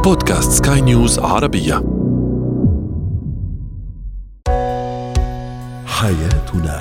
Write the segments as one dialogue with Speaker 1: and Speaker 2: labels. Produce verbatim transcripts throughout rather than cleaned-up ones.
Speaker 1: بودكاست سكاي نيوز عربية. حياتنا.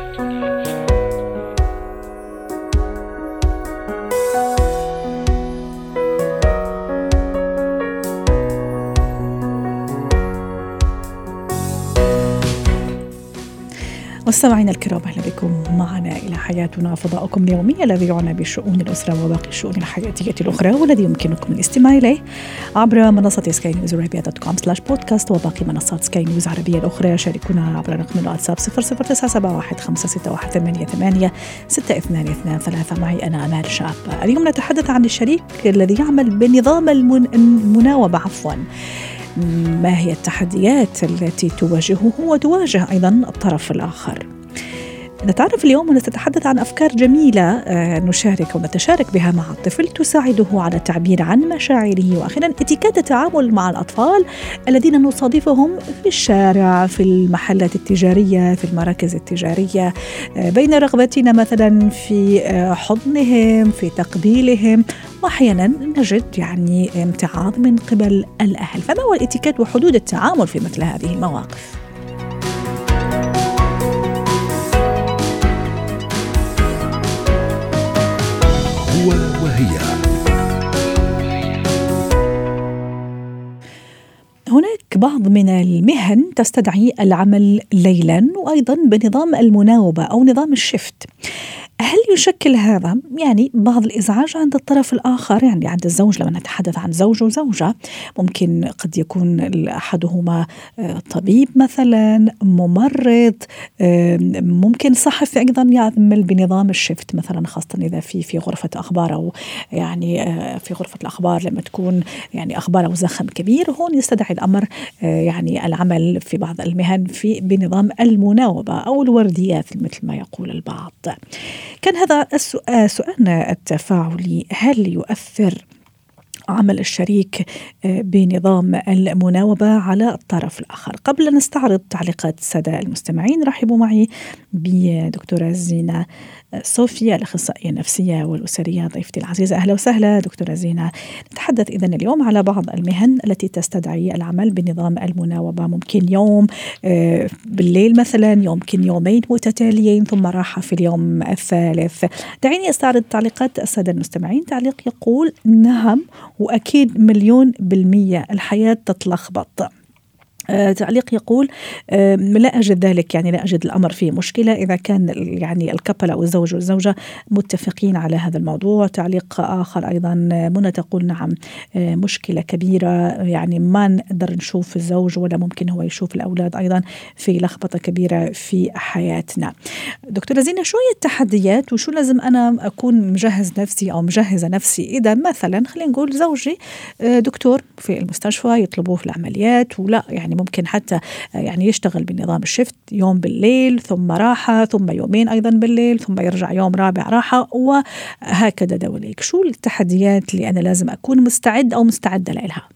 Speaker 2: مستمعينا الكرام، أهلا بكم معنا إلى حياتنا، فضاؤكم اليومي الذي يعنى بشؤون الأسرة وباقي الشؤون الحياتية الأخرى، والذي يمكنكم الاستماع إليه عبر منصة سكاي نيوز عربية دوت كوم سلاش بودكاست وباقي منصات سكاي نيوز عربية الأخرى. شاركونا عبر رقم الواتساب صفر صفر تسعة سبعة واحد خمسة ستة واحد ثمانية ثمانية ستة اثنان اثنان ثلاثة. معي أنا أمال شاب. اليوم نتحدث عن الشريك الذي يعمل بنظام المن... المناوبة عفوا ما هي التحديات التي تواجهه وتواجه أيضا الطرف الآخر. نتعرف اليوم ونتحدث عن أفكار جميلة نشارك ونتشارك بها مع الطفل تساعده على التعبير عن مشاعره، وأخيرا اتيكيت التعامل مع الأطفال الذين نصادفهم في الشارع، في المحلات التجارية، في المراكز التجارية، بين رغبتنا مثلا في حضنهم، في تقبيلهم، وأحيانا نجد يعني امتعاض من قبل الأهل. فما هو الاتيكيت وحدود التعامل في مثل هذه المواقف؟
Speaker 1: هو وهي.
Speaker 2: هناك بعض من المهن تستدعي العمل ليلا وأيضا بنظام المناوبة أو نظام الشفت. هل يشكل هذا يعني بعض الإزعاج عند الطرف الآخر؟ يعني عند الزوج، لما نتحدث عن زوج وزوجة، ممكن قد يكون أحدهما طبيب مثلا، ممرض، ممكن صحفي أيضا يعمل بنظام الشفت مثلا، خاصة إذا في في غرفة أخبار أو يعني في غرفة الأخبار لما تكون يعني أخبار أو زخم كبير، هون يستدعي الأمر يعني العمل في بعض المهن في بنظام المناوبة أو الورديات مثل ما يقول البعض. كان هذا السؤال سؤالنا التفاعلي: هل يؤثر عمل الشريك بنظام المناوبة على الطرف الآخر؟ قبل أن نستعرض تعليقات السادة المستمعين، رحبوا معي بدكتورة زينة صوفيا، الأخصائية النفسية والأسرية، ضيفتي العزيزة. أهلا وسهلا دكتورة زينة. نتحدث إذن اليوم على بعض المهن التي تستدعي العمل بنظام المناوبة، ممكن يوم بالليل مثلا، يمكن يومين متتاليين ثم راحة في اليوم الثالث. دعيني أستعرض تعليقات السادة المستمعين. تعليق يقول: نعم وأكيد مليون بالمية الحياة تتلخبط. آه، تعليق يقول: آه، لا أجد ذلك، يعني لا أجد الأمر فيه مشكلة إذا كان يعني الكابل أو الزوج والزوجة متفقين على هذا الموضوع. تعليق آخر أيضا، منى تقول: نعم آه، مشكلة كبيرة، يعني ما نقدر نشوف الزوج ولا ممكن هو يشوف الأولاد، أيضا في لخبطة كبيرة في حياتنا. دكتورة زينة، شو هي التحديات وشو لازم أنا أكون مجهز نفسي أو مجهزة نفسي إذا مثلا خلينا نقول زوجي آه، دكتور في المستشفى، يطلبوه في العمليات، ولا يعني ممكن حتى يعني يشتغل بنظام الشفت، يوم بالليل ثم راحة ثم يومين أيضا بالليل ثم يرجع يوم رابع راحة، وهكذا دواليك. شو التحديات اللي أنا لازم أكون مستعد أو مستعدة لها؟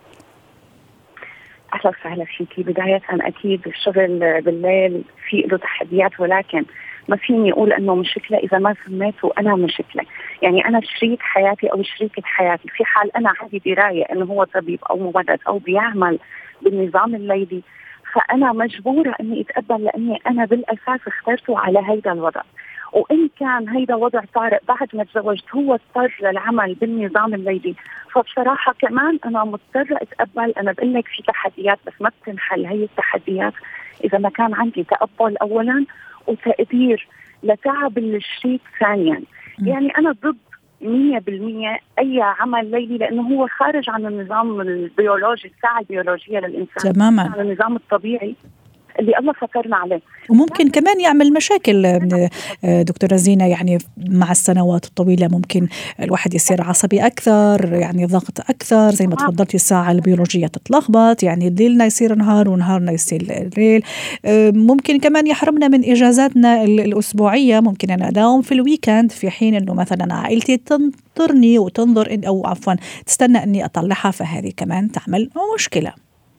Speaker 3: أهلا وسهلا فيكي. بداية أكيد الشغل بالليل فيه له تحديات، ولكن ما فيني أقول أنه مشكلة إذا ما سميته أنا مشكلة. يعني أنا شريك حياتي أو شريكة حياتي، في حال أنا عندي دراية أنه هو طبيب أو ممرض أو بيعمل بالنظام الليلي، فأنا مجبورة أني أتقبل، لأني أنا بالأساس اخترته على هيدا الوضع. وإن كان هيدا وضع طارئ بعد ما تزوجت هو اضطر للعمل بالنظام الليلي، فبصراحة كمان أنا مضطرة أتقبل. أنا بقول لك في تحديات بس ما بتنحل هي التحديات إذا ما كان عندي تقبل أولا وتقدير لتعب الشريك ثانيا. يعني أنا ضد مية بالمية أي عمل ليلي، لأنه هو خارج عن النظام البيولوجي، الساعة البيولوجية للإنسان،
Speaker 2: تماما
Speaker 3: عن النظام الطبيعي اللي الله فكرنا عليه.
Speaker 2: وممكن كمان يعمل مشاكل دكتورة زينة، يعني مع السنوات الطويلة ممكن الواحد يصير عصبي أكثر، يعني ضغط أكثر، زي ما تفضلتي الساعة البيولوجية تتلخبط، يعني ليلنا يصير نهار ونهارنا يصير ليل. ممكن كمان يحرمنا من إجازاتنا الأسبوعية، ممكن أنا أداوم في الويكند في حين أنه مثلا عائلتي تنطرني وتنظر إن أو عفوا تستنى أني أطلعها، فهذه كمان تعمل مشكلة.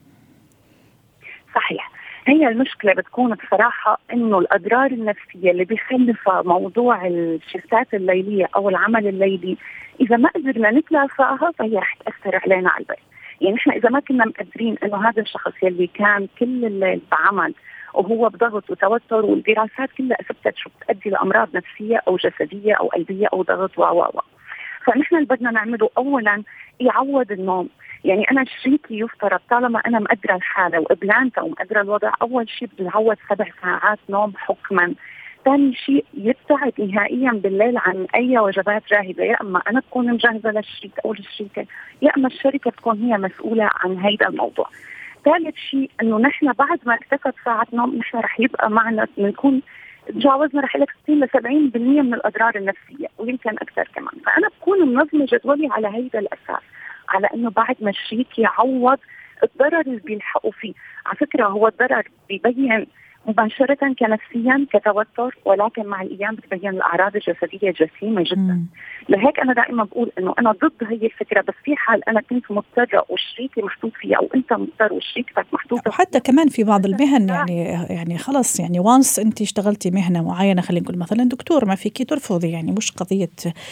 Speaker 3: صحيح. هي المشكلة بتكون بصراحة إنه الأضرار النفسية اللي بيخلفها موضوع الشفتات الليلية أو العمل الليلي، إذا ما قدرنا نتلافاها فهي رح تأثر علينا على البيت. يعني نحن إذا ما كنا مقدرين إنه هذا الشخص يلي كان كل الليل بعمل وهو بضغط وتوتر، والدراسات كلها أثبتت شو بتؤدي لأمراض نفسية أو جسدية أو قلبية أو ضغط و و و فنحن اللي بدنا نعمله أولا يعوض النوم. يعني أنا شريكي يفترض طالما أنا مقدرة الحالة وقبلانته ومقدرة الوضع، أول شيء بدي يعوض سبع ساعات نوم حكما. ثاني شيء يبتعد نهائيا بالليل عن أي وجبات جاهزة، يا أما أنا تكون مجهزة للشريك أو للشريكة، يا أما الشركة تكون هي مسؤولة عن هذا الموضوع. ثالث شيء إنه نحن بعد ما اكتفت ساعة نوم نحن رح يبقى معنا نكون تجاوزنا رح لك ستين لسبعين بالمية من الأضرار النفسية ويمكن أكثر كمان. فأنا بكون منظمة جدولي على هذا الأساس، على إنه بعد ما الشريك يعوض الضرر اللي بيلحقوا فيه. على فكرة هو الضرر بيبين مباشرة كنفسيا كتوتر، ولكن مع الأيام بتبين الأعراض الجسدية جسيمة جدا. لهيك أنا دائما بقول إنه أنا ضد هي الفكرة، بس في حال أنا كنت مضطرة وشريكي محطوط فيها أو أنت مضطر وشريكتك محطوطة،
Speaker 2: وحتى كمان في بعض المهن يعني يعني خلص يعني وانس أنت اشتغلتي مهنة معينة، خلينا نقول مثلا دكتور، ما فيكي ترفضي، يعني مش قضية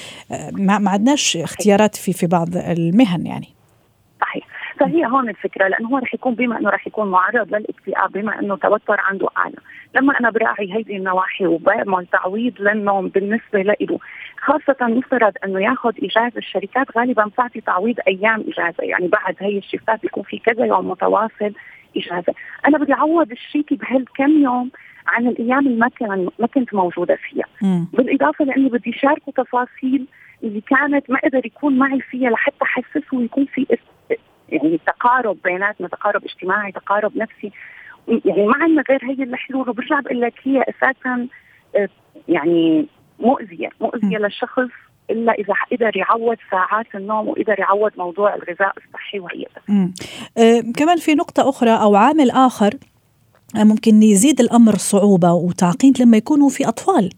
Speaker 2: ما, ما عندناش اختيارات في في بعض المهن يعني.
Speaker 3: صحيح. فهي هون الفكرة، لأنه هو رح يكون بما أنه رح يكون معرض للاكتئاب، بما أنه توتر عنده أعلى، لما أنا براعي هذه النواحي وبعمل تعويض للنوم بالنسبة له، خاصة يفترض أنه ياخذ إجازة. الشركات غالبا بتعطي تعويض أيام إجازة، يعني بعد هي الشفتات بيكون في كذا يوم متواصل إجازة. أنا بدي أعوض الشريك بهالكم يوم عن الأيام اللي ما كان ما كنت موجودة فيها، م. بالإضافة لأني بدي شاركه تفاصيل اللي كانت ما قدر يكون معي فيها لحتى حسسه ويكون في يعني تقارب بيناتنا، تقارب اجتماعي، تقارب نفسي. يعني ما عندنا غير هي الحلول، وبرجع بقول لك هي اساسا يعني مؤذيه مؤذيه م. للشخص الا اذا قدر يعوض ساعات النوم وقدر يعوض موضوع الغذاء الصحي وغيره.
Speaker 2: أه كمان في نقطه اخرى او عامل اخر ممكن يزيد الامر صعوبه وتعقيد لما يكونوا في اطفال.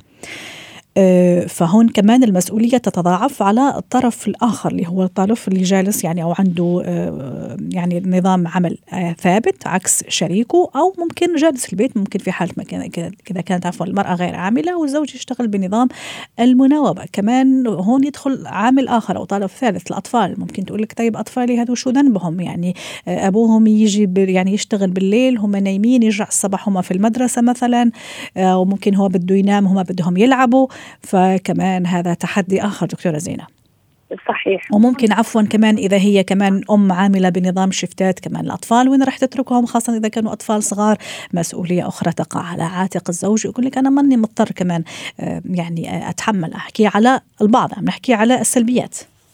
Speaker 2: فهون كمان المسؤولية تتضاعف على الطرف الآخر اللي هو الطرف اللي جالس يعني أو عنده يعني نظام عمل ثابت عكس شريكه، أو ممكن جالس في البيت، ممكن في حالة كذا كانت عفوا المرأة غير عاملة والزوج يشتغل بنظام المناوبة. كمان هون يدخل عامل آخر أو طرف ثالث، الأطفال. ممكن تقول لك طيب أطفالي هذو شو ذنبهم؟ يعني أبوهم يجي يعني يشتغل بالليل، هم نايمين، يرجع الصبح هم في المدرسة مثلا، وممكن هو بده ينام، هم بدهم يلعبوا. فكمان هذا تحدي آخر دكتورة زينة.
Speaker 3: صحيح.
Speaker 2: وممكن عفوا كمان إذا هي كمان أم عاملة بنظام شفتات، كمان الأطفال وين رح تتركهم، خاصة إذا كانوا أطفال صغار، مسؤولية أخرى تقع على عاتق الزوج. يقول لك أنا ماني مضطر كمان يعني أتحمل. أحكي على البعض، عم نحكي على السلبيات.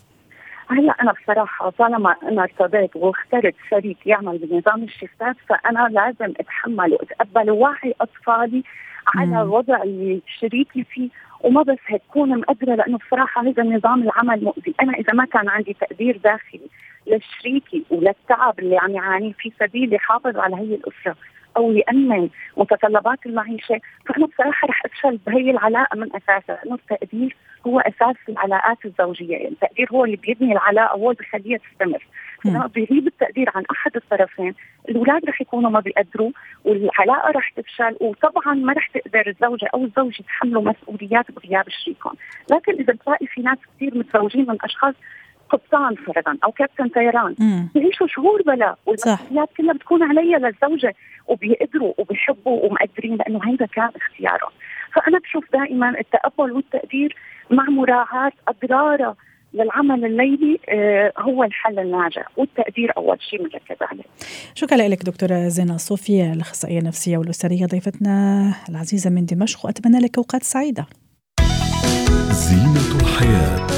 Speaker 3: هلا أنا بصراحة طالما أنا ارتضيت واخترت شريك يعمل بنظام الشفتات، فأنا لازم أتحمل وأتقبل ووعي أطفالي على وضع اللي شريكي فيه، وما بس هيك كون مقدرة، لأنه بصراحة هذا النظام العمل مؤذي. أنا إذا ما كان عندي تقدير داخلي لشريكي وللتعب اللي عم يعاني في سبيل يحافظ على هي الأسرة أو يأمن متطلبات المعيشة، فأنا بصراحة رح أفشل بهي العلاقة من أساسها، لأنه التقدير هو أساس العلاقات الزوجية. يعني التقدير هو اللي بيبني العلاقة، هو اللي بيخليها تستمر. فلما بيغيب التقدير عن أحد الطرفين، الأولاد رح يكونوا ما بيقدروا والعلاقة رح تفشل، وطبعا ما رح تقدر الزوجة أو الزوج يتحملوا مسؤوليات بغياب شريكهم. لكن إذا بتلاقي في ناس كثير متزوجين من أشخاص قبطان فرضا أو كابتن طيران، بيعيشوا شهور بلا، والمسؤوليات كلها بتكون عليها للزوجة، وبيقدروا وبيحبوا ومقدرين لأنه هذا كان اختيارهم. فأنا بشوف دائما التقبل والتقدير مع مراعاة أضراره للعمل الليلي هو الحل الناجح، والتقدير أول شيء مركز عليه.
Speaker 2: شكرا لك دكتورة زينة صوفيا، الأخصائية النفسية والأسرية، ضيفتنا العزيزة من دمشق، وأتمنى لك أوقات سعيدة.
Speaker 1: زينة الحياة.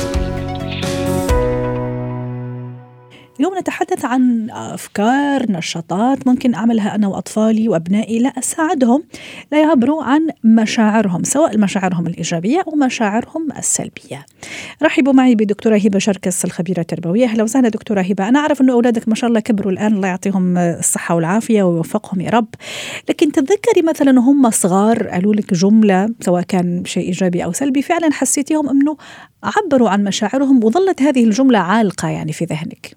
Speaker 2: اليوم نتحدث عن أفكار، نشاطات ممكن أعملها أنا وأطفالي وأبنائي لأساعدهم لا يعبروا عن مشاعرهم، سواء مشاعرهم الإيجابية أو مشاعرهم السلبية. رحبوا معي بدكتورة هبة شركس، الخبيرة التربوية. أهلا وسهلا دكتورة هبة. أنا أعرف أنه أولادك ما شاء الله كبروا الآن، الله يعطيهم الصحة والعافية ويوفقهم يا رب، لكن تتذكري مثلا هم صغار قالوا لك جملة سواء كان شيء إيجابي أو سلبي، فعلا حسيتيهم أنه عبروا عن مشاعرهم وظلت هذه الجملة عالقة يعني في ذهنك؟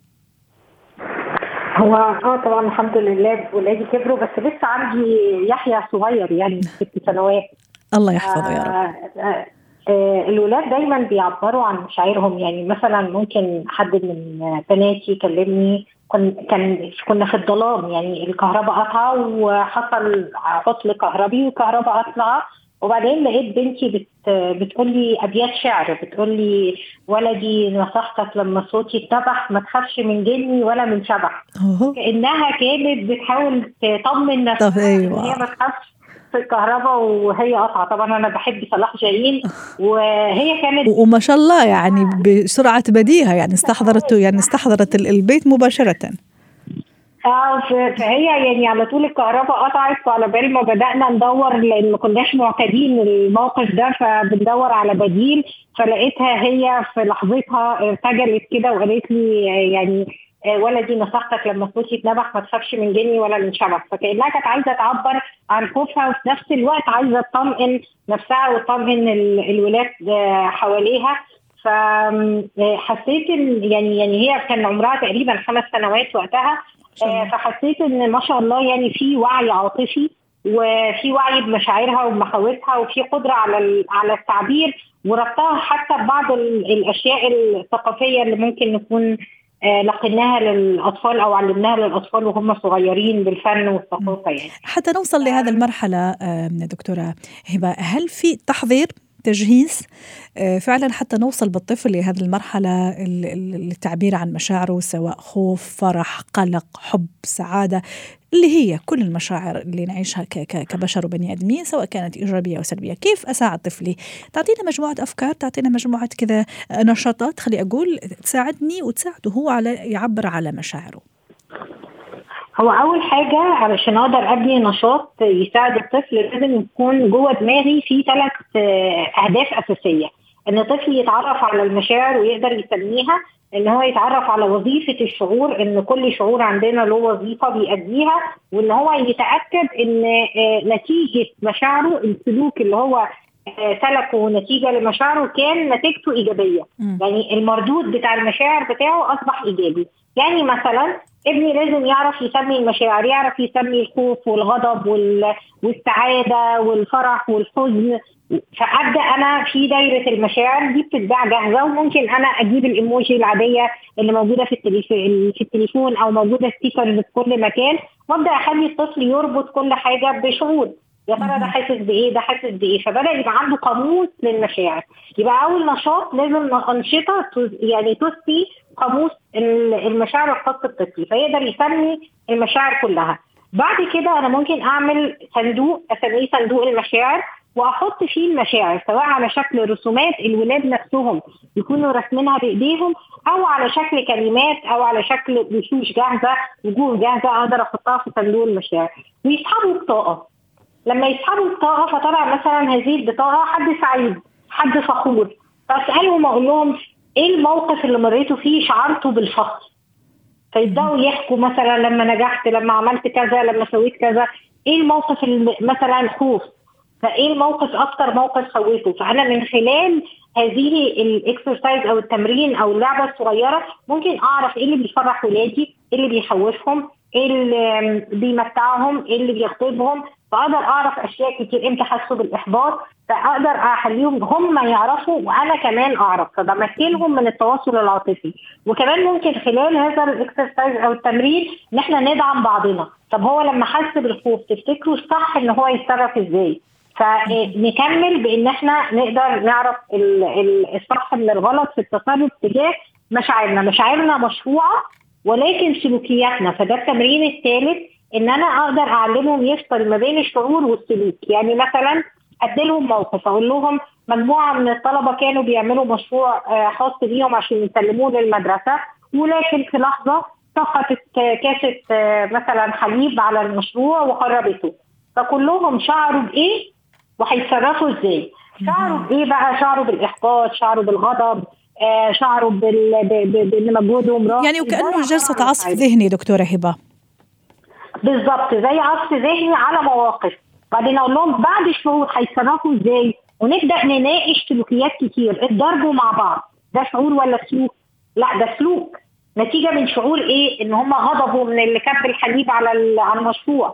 Speaker 4: هو اه طبعا الحمد لله ولادي كبروا، بس لسه عندي يحيى صغير يعني ست سنوات.
Speaker 2: الله يحفظه يا رب.
Speaker 4: آه آه آه الولاد دايما بيعبروا عن مشاعرهم، يعني مثلا ممكن حد من بناتي يكلمني كان كنا في الظلام، يعني الكهرباء قطعة وحصل عطل كهربي والكهرباء قطعة، وبعدين لقيت بنتي بت بتقول لي ابيات شعر، بتقول لي ولدي نصحتك لما صوتي اتنبح ما تخافش من جني ولا من شبح. كأنها كانت بتحاول تطمن نفسها
Speaker 2: أيوة.
Speaker 4: ان هي ما تخافش في الكهرباء وهي قطعة. طبعا انا بحب صلاح جاهين، وهي كانت
Speaker 2: وما شاء الله يعني بسرعة بديهة يعني استحضرت يعني استحضرت البيت مباشرة.
Speaker 4: اه فهي يعني على طول الكهرباء قطعت، وعلى بال ما بدأنا ندور لان ما كناش معتادين الموقف ده فبندور على بديل، فلقيتها هي في لحظتها ارتجلت كده وقالت لي يعني ولدي نصحتك لما صوتي اتنبح ما تخافش من جني ولا من شبح. فكأنها كانت عايزه تعبر عن خوفها وفي نفس الوقت عايزه تطمئن نفسها وتطمئن الولاد حواليها. فحسيت ان يعني يعني هي كان عمرها تقريبا خمس سنوات وقتها، فحسيت ان ما شاء الله يعني في وعي عاطفي وفي وعي بمشاعرها ومخاوفها وفي قدره على على التعبير، وربطها حتى ببعض الاشياء الثقافيه اللي ممكن نكون لقيناها للاطفال او علمناها للاطفال وهم صغيرين بالفن والثقافه. يعني
Speaker 2: حتى نوصل لهذا المرحله دكتوره هبه، هل في تحضير تجهيز فعلا حتى نوصل بالطفل لهذه المرحلة للتعبير عن مشاعره، سواء خوف، فرح، قلق، حب، سعادة، اللي هي كل المشاعر اللي نعيشها كبشر وبني آدمين سواء كانت إيجابية أو سلبية؟ كيف أساعد طفلي؟ تعطينا مجموعة أفكار، تعطينا مجموعة كذا نشاطات خلي أقول تساعدني وتساعده هو على يعبر على مشاعره.
Speaker 4: هو أول حاجة علشان أقدر أبني نشاط يساعد الطفل لازم يكون جوه دماغي في ثلاث أهداف أساسية. إن الطفل يتعرف على المشاعر ويقدر يسميها، إن هو يتعرف على وظيفة الشعور، إن كل شعور عندنا له وظيفة بيأديها، وإن هو يتأكد إن نتيجة مشاعره السلوك اللي هو سلكه نتيجة لمشاعره كان نتيجته إيجابية. م. يعني المردود بتاع المشاعر بتاعه أصبح إيجابي. يعني مثلا ابني لازم يعرف يسمي المشاعر، يعرف يسمي الخوف والغضب والسعادة والفرح والحزن. فأبدأ أنا في دايرة المشاعر دي بتتباع جاهزة، وممكن أنا أجيب الإيموجي العادية اللي موجودة في التليفون في التليفون أو موجودة ستيكرز في كل مكان، وأبدأ أخلي الطفل يربط كل حاجة بشعور. يا ترى ده حاسس بايه، ده حاسس بايه، فبدأ يبقى عنده قاموس للمشاعر. يبقى اول نشاط لازم انشطه يعني تثبي قاموس المشاعر الخاص بالطفل فيقدر يسمي المشاعر كلها. بعد كده انا ممكن اعمل صندوق اسميه صندوق المشاعر، واحط فيه المشاعر سواء على شكل رسومات الولاد نفسهم يكونوا رسمينها بايديهم، او على شكل كلمات، او على شكل وشوش جاهزه، وجوه جاهزه اقدر احطها في صندوق المشاعر. ويسحبوا بطاقه، لما يسحبوا البطاقة فطلع مثلا هذه البطاقة حد سعيد، حد فخور، فأسألهم أقول لهم إيه الموقف اللي مريتوا فيه شعرتوا بالفخر؟ فيبدأوا يحكوا مثلا لما نجحت، لما عملت كذا، لما سويت كذا. إيه الموقف اللي مثلا خوف؟ فإيه الموقف أكتر موقف خوفه؟ فأنا من خلال هذه الإكسرسايز أو التمرين أو اللعبة الصغيرة ممكن أعرف إيه اللي بيفرح ولادي، إيه اللي بيخوفهم، إيه اللي بيمتعهم، إيه اللي بيغضبهم. فأقدر أعرف أشياء كتير، إمتى حسوا بالإحباط، فأقدر أخليهم هم يعرفوا وأنا كمان أعرف، فبمثلهم من التواصل العاطفي. وكمان ممكن خلال هذا الإكسرسايز أو التمرين إن إحنا ندعم بعضنا. طب هو لما حس بالخوف تفتكروا الصح إن هو يتصرف إزاي؟ فنكمل بإن إحنا نقدر نعرف الصح من الغلط في التصرف تجاه مشاعرنا. مشاعرنا مشروعة ولكن سلوكياتنا، فده التمرين الثالث، ان انا اقدر اعلمهم يفصل ما بين الشعور والسلوك. يعني مثلا اديلهم موقف، اقول لهم مجموعه من الطلبه كانوا بيعملوا مشروع خاص بيهم عشان يسلموه للمدرسه، ولكن في لحظه سقطت كاسه مثلا حليب على المشروع وخربته، فكلهم شعروا بايه وهيتصرفوا ازاي. شعروا بايه بقى؟ شعروا بالاحباط، شعروا بالغضب، شعروا بان مجهودهم راح.
Speaker 2: يعني وكانه جلسه عصف ذهني دكتوره هبه.
Speaker 4: بالظبط زي عصف ذهني على مواقف. بعدين اقول لهم بعد الشعور هيتصرفوا ازاي، ونبدا نناقش سلوكيات كتير. اتضربوا مع بعض، ده شعور ولا سلوك؟ لا ده سلوك، نتيجه من شعور ايه؟ ان هم غضبوا من اللي كب الحليب على على المشروع.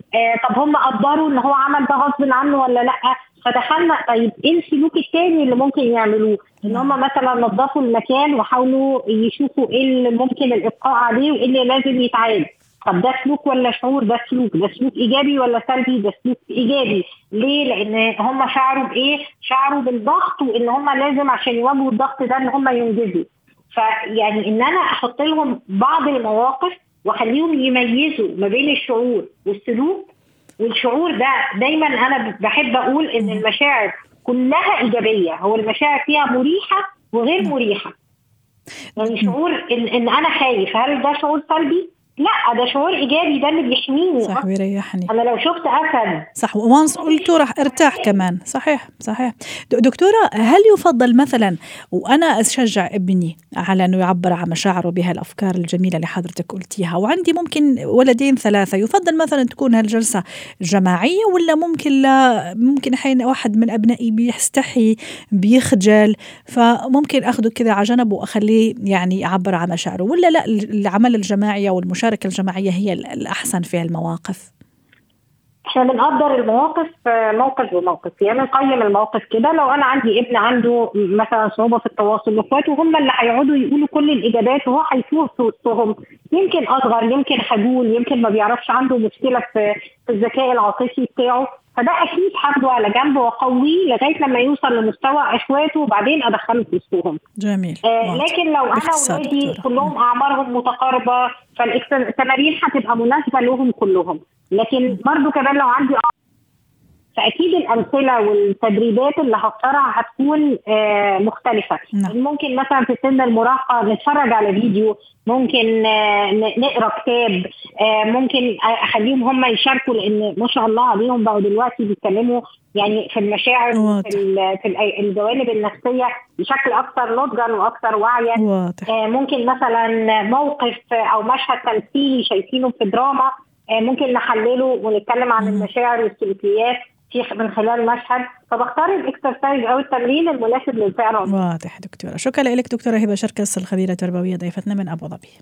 Speaker 4: آه طب هم قدروا ان هو عمل ده غصب عنه ولا لا؟ فدخلنا طيب ايه السلوك الثاني اللي ممكن يعملوه؟ ان هم مثلا نظفوا المكان وحاولوا يشوفوا ايه اللي ممكن الابقاء عليه وايه اللي لازم يتعاد. طب ده سلوك ولا شعور؟ ده سلوك. ده سلوك ايجابي ولا سلبي؟ ده سلوك ايجابي. ليه؟ لان هم شعروا بايه؟ شعروا بالضغط، وان هم لازم عشان يواجهوا الضغط ده ان هم ينجزوا. فيعني ان انا احط لهم بعض المواقف واخليهم يميزوا ما بين الشعور والسلوك. والشعور ده دايما انا بحب اقول ان المشاعر كلها ايجابيه، هو المشاعر فيها مريحه وغير مريحه. يعني شعور ان, إن انا خايف، هل ده شعور سلبي؟ لا، ده شعور ايجابي، ده اللي بيحميني.
Speaker 2: صح، ويريحني.
Speaker 4: انا لو شفت اسد
Speaker 2: صح، وانس قلته راح ارتاح كمان. صحيح صحيح. دكتوره، هل يفضل مثلا وانا اشجع ابني على انه يعبر عن مشاعره بهالافكار الجميله اللي حضرتك قلتيها، وعندي ممكن ولدين ثلاثه، يفضل مثلا تكون هالجلسه جماعيه ولا ممكن لا ممكن حين واحد من ابنائي بيستحي بيخجل فممكن اخذه كذا على جنب واخليه يعني يعبر عن مشاعره، ولا لا العمل الجماعي والمشاركه الجماعية هي الأحسن في المواقف؟
Speaker 4: احنا بنقدر المواقف موقف بموقف، يعني نقيم الموقف كده. لو انا عندي ابن عنده مثلا صعوبة في التواصل، اخواته هم اللي هيقعدوا يقولوا كل الاجابات وهو هيفوز في وسطهم، يمكن اصغر، يمكن خجول، يمكن ما بيعرفش، عنده مشكلة في الذكاء العاطفي بتاعه، فده اكيد هاخده على جنب واقويه لغايه لما يوصل لمستوى اخواته وبعدين ادخله في وسطهم.
Speaker 2: جميل.
Speaker 4: آه لكن لو انا واولادي كلهم اعمارهم متقاربه فالتمارين هتبقى مناسبه لهم كلهم. لكن برضو كمان لو عندي فاكيد الامثله والتدريبات اللي هختارها هتكون آه مختلفه. نعم. ممكن مثلا في سن المراهقه نتفرج على فيديو، ممكن آه نقرا كتاب، آه ممكن اخليهم هم يشاركوا، لان ما شاء الله عليهم بقوا دلوقتي بيتكلموا يعني في المشاعر في, في الجوانب النفسيه بشكل اكثر نضجا واكثر وعيا. آه ممكن مثلا موقف او مشهد تمثيلي شايفينه في دراما آه ممكن نحلله ونتكلم عن المشاعر والسلوكيات في من خلال مشهد. فبختار الاكسرسايز او التمرين المناسب للفئه العمريه.
Speaker 2: واضح دكتوره. شكرا لك دكتوره هبه شركس، الخبيره التربويه، ضيفتنا من ابو ظبي.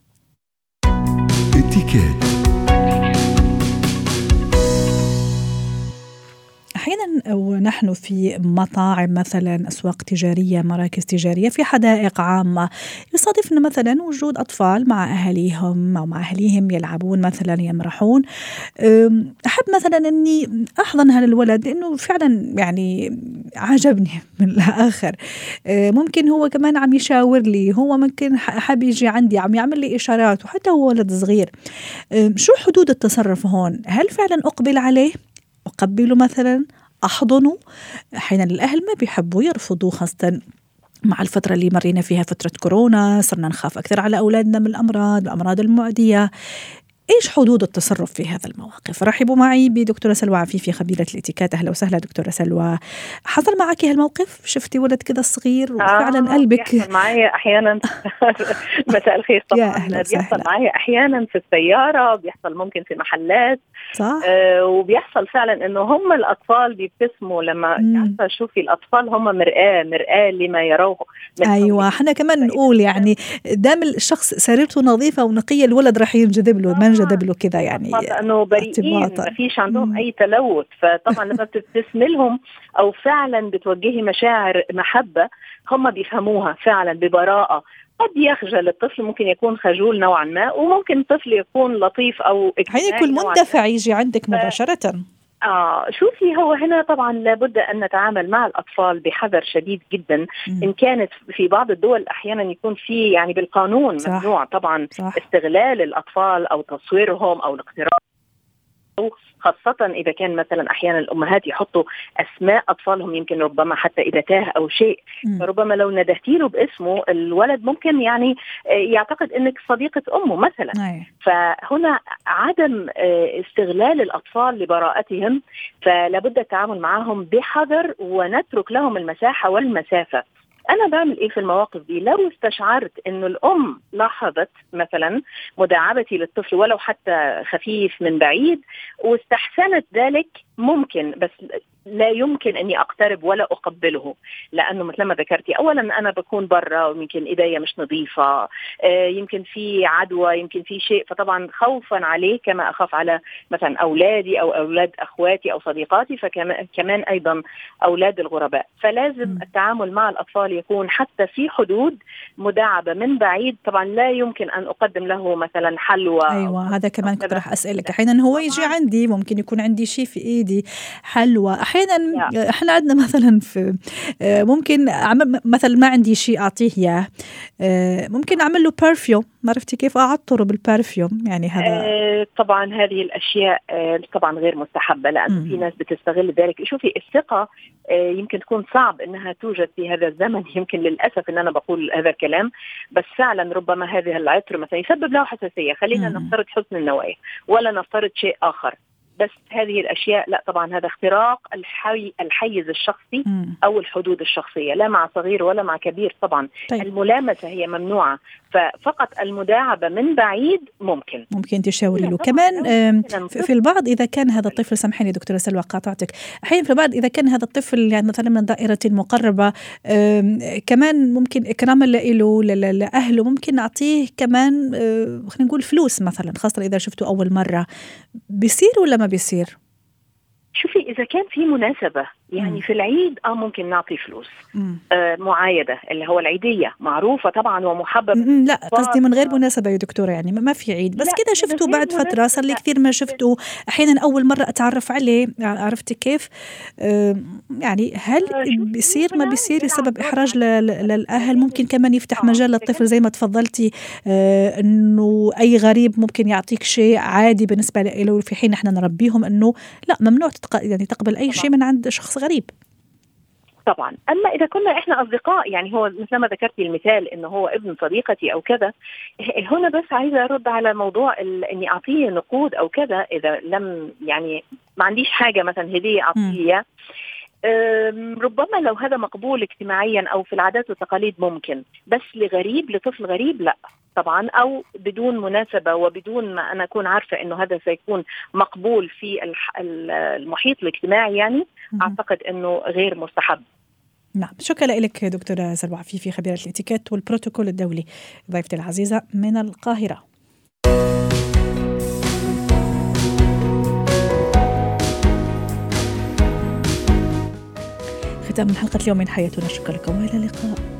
Speaker 2: أحيانا ونحن في مطاعم مثلا، أسواق تجارية، مراكز تجارية، في حدائق عامة، يصادفنا مثلا وجود أطفال مع أهاليهم أو مع أهاليهم يلعبون مثلا، يمرحون. أحب مثلا أني أحضن هذا الولد لأنه فعلا يعني عجبني من الآخر. ممكن هو كمان عم يشاور لي، هو ممكن حاب يجي عندي عم يعمل لي إشارات، وحتى هو ولد صغير. شو حدود التصرف هون؟ هل فعلا أقبل عليه، أقبله مثلا، أحضنه؟ أحيانا الأهل ما بيحبوا، يرفضوا، خاصة مع الفترة اللي مرينا فيها، فترة كورونا، صرنا نخاف أكثر على أولادنا من الأمراض الأمراض المعدية. إيش حدود التصرف في هذا المواقف؟ رحبوا معي بدكتورة سلوى عفيفي، خبيرة الاتيكيت. أهلا وسهلا دكتورة سلوى. حصل معك هالموقف؟ شفتي ولد كذا صغير وفعلا
Speaker 5: آه
Speaker 2: قلبك؟
Speaker 5: بيحصل معي أحيانا. مساء الخير. طبعا بيحصل معي أحيانا في السيارة، بيحصل ممكن في محلات.
Speaker 2: صح.
Speaker 5: آه وبيحصل فعلا إنه هم الأطفال بيبتسموا لما عارفة شوفي الأطفال هم مرآة مرآة لما يروه.
Speaker 2: أيوة، احنا كمان نقول يعني دام الشخص سريرته نظيفة ونقية الولد رح ينجذب له، ما نجذب له كذا يعني،
Speaker 5: لأنه بريئين ما فيش عندهم مم. أي تلوث. فطبعا لما بتبتسم لهم أو فعلا بتوجهي مشاعر محبة، هم بيفهموها فعلا ببراءة. قد يخجل الطفل، ممكن يكون خجول نوعا ما، وممكن طفل يكون لطيف أو
Speaker 2: اجتماعي، يكون مندفع يجي عندك مباشرة.
Speaker 5: آه شوفي، هو هنا طبعا لابد أن نتعامل مع الأطفال بحذر شديد جدا. م. إن كانت في بعض الدول أحيانا يكون في يعني بالقانون صح. ممنوع طبعا صح. استغلال الأطفال أو تصويرهم أو الاقتراب، خاصة إذا كان مثلا أحيانا الأمهات يحطوا أسماء أطفالهم، يمكن ربما حتى إذا تاه أو شيء، م. فربما لو ندهتيله باسمه الولد ممكن يعني يعتقد أنك صديقة أمه مثلا. أي. فهنا عدم استغلال الأطفال لبراءتهم، فلابد التعامل معهم بحذر ونترك لهم المساحة والمسافة. أنا بعمل إيه في المواقف دي؟ لو استشعرت إنه الأم لاحظت مثلا مداعبتي للطفل ولو حتى خفيف من بعيد واستحسنت ذلك، ممكن، بس لا يمكن أني أقترب ولا أقبله، لأنه مثل ما ذكرتي أولا أنا بكون برا ويمكن إيديا مش نظيفة، يمكن في عدوى، يمكن في شيء، فطبعا خوفا عليه كما أخاف على مثلا أولادي أو أولاد أخواتي أو صديقاتي، فكمان أيضا أولاد الغرباء. فلازم م. التعامل مع الأطفال يكون حتى في حدود مداعبة من بعيد. طبعا لا يمكن أن أقدم له مثلا حلوى.
Speaker 2: أيوة هذا كمان كنت راح أسألك. أحيانا هو يجي عندي ممكن يكون عندي شيء في إيدي حلوى، أحيانا yeah. إحنا عندنا مثلا في ممكن أعمل مثلا ما عندي شيء أعطيه إياه، ممكن أعمل له برفيوم، ما عرفتي كيف أعطره بالبرفيوم يعني هذا.
Speaker 5: آه طبعا هذه الأشياء آه طبعا غير مستحبة، لأن في ناس بتستغل ذلك. شوفي الثقة آه يمكن تكون صعب إنها توجد في هذا الزمن، يمكن للأسف إن أنا بقول هذا الكلام، بس فعلا ربما هذه العطر مثلا يسبب له حساسية. خلينا مم. نفترض حسن النوايا ولا نفترض شيء آخر، بس هذه الأشياء لا طبعا هذا اختراق الحي الحيز الشخصي مم. أو الحدود الشخصية، لا مع صغير ولا مع كبير طبعا. طيب. الملامسة هي ممنوعة، ففقط المداعبة من بعيد ممكن
Speaker 2: ممكن تشاوري له. كمان في البعض إذا كان هذا الطفل، سامحيني دكتورة سلوى قاطعتك، أحيانا في البعض إذا كان هذا الطفل يعني مثلا من دائرة مقربة، كمان ممكن إكراما له لأهله ممكن نعطيه كمان خلينا نقول فلوس مثلا، خاصة إذا شفته أول مرة. بيصير ولا ما بيصير؟
Speaker 5: شوفي إذا كان في مناسبة يعني مم. في العيد آه ممكن نعطي فلوس آه معايدة اللي هو العيدية معروفة طبعا ومحببة.
Speaker 2: لا قصدي من غير مناسبة يا دكتورة، يعني ما في عيد بس كده شفته بعد فترة، صار لي كثير ما شفته، أحيانا أول مرة أتعرف عليه، عرفتي كيف؟ آه يعني هل بيصير ما بيصير سبب إحراج للأهل؟ ممكن كمان يفتح مجال للطفل زي ما تفضلتي، آه إنه أي غريب ممكن يعطيك شيء عادي بالنسبة له، في حين إحنا نربيهم إنه لا ممنوع يعني تقبل أي شيء من عند شخص غريب.
Speaker 5: طبعا أما إذا كنا إحنا أصدقاء، يعني هو مثل ما ذكرتي المثال إنه هو ابن صديقتي أو كذا، هنا بس عايزة أرد على موضوع إني أعطيه نقود أو كذا. إذا لم يعني ما عنديش حاجة مثلا هدية أعطيه، ربما لو هذا مقبول اجتماعيا أو في العادات والتقاليد ممكن، بس لغريب لطفل غريب لا طبعا، أو بدون مناسبة وبدون ما أنا أكون عارفة أنه هذا سيكون مقبول في المحيط الاجتماعي، يعني م- أعتقد أنه غير مستحب.
Speaker 2: نعم، شكرا لك دكتورة سلوى عفيفي، خبيرة الاتيكيت والبروتوكول الدولي، ضيفتي العزيزة من القاهرة. ختام حلقة اليوم من حياتنا، شكرا لكم وإلى اللقاء.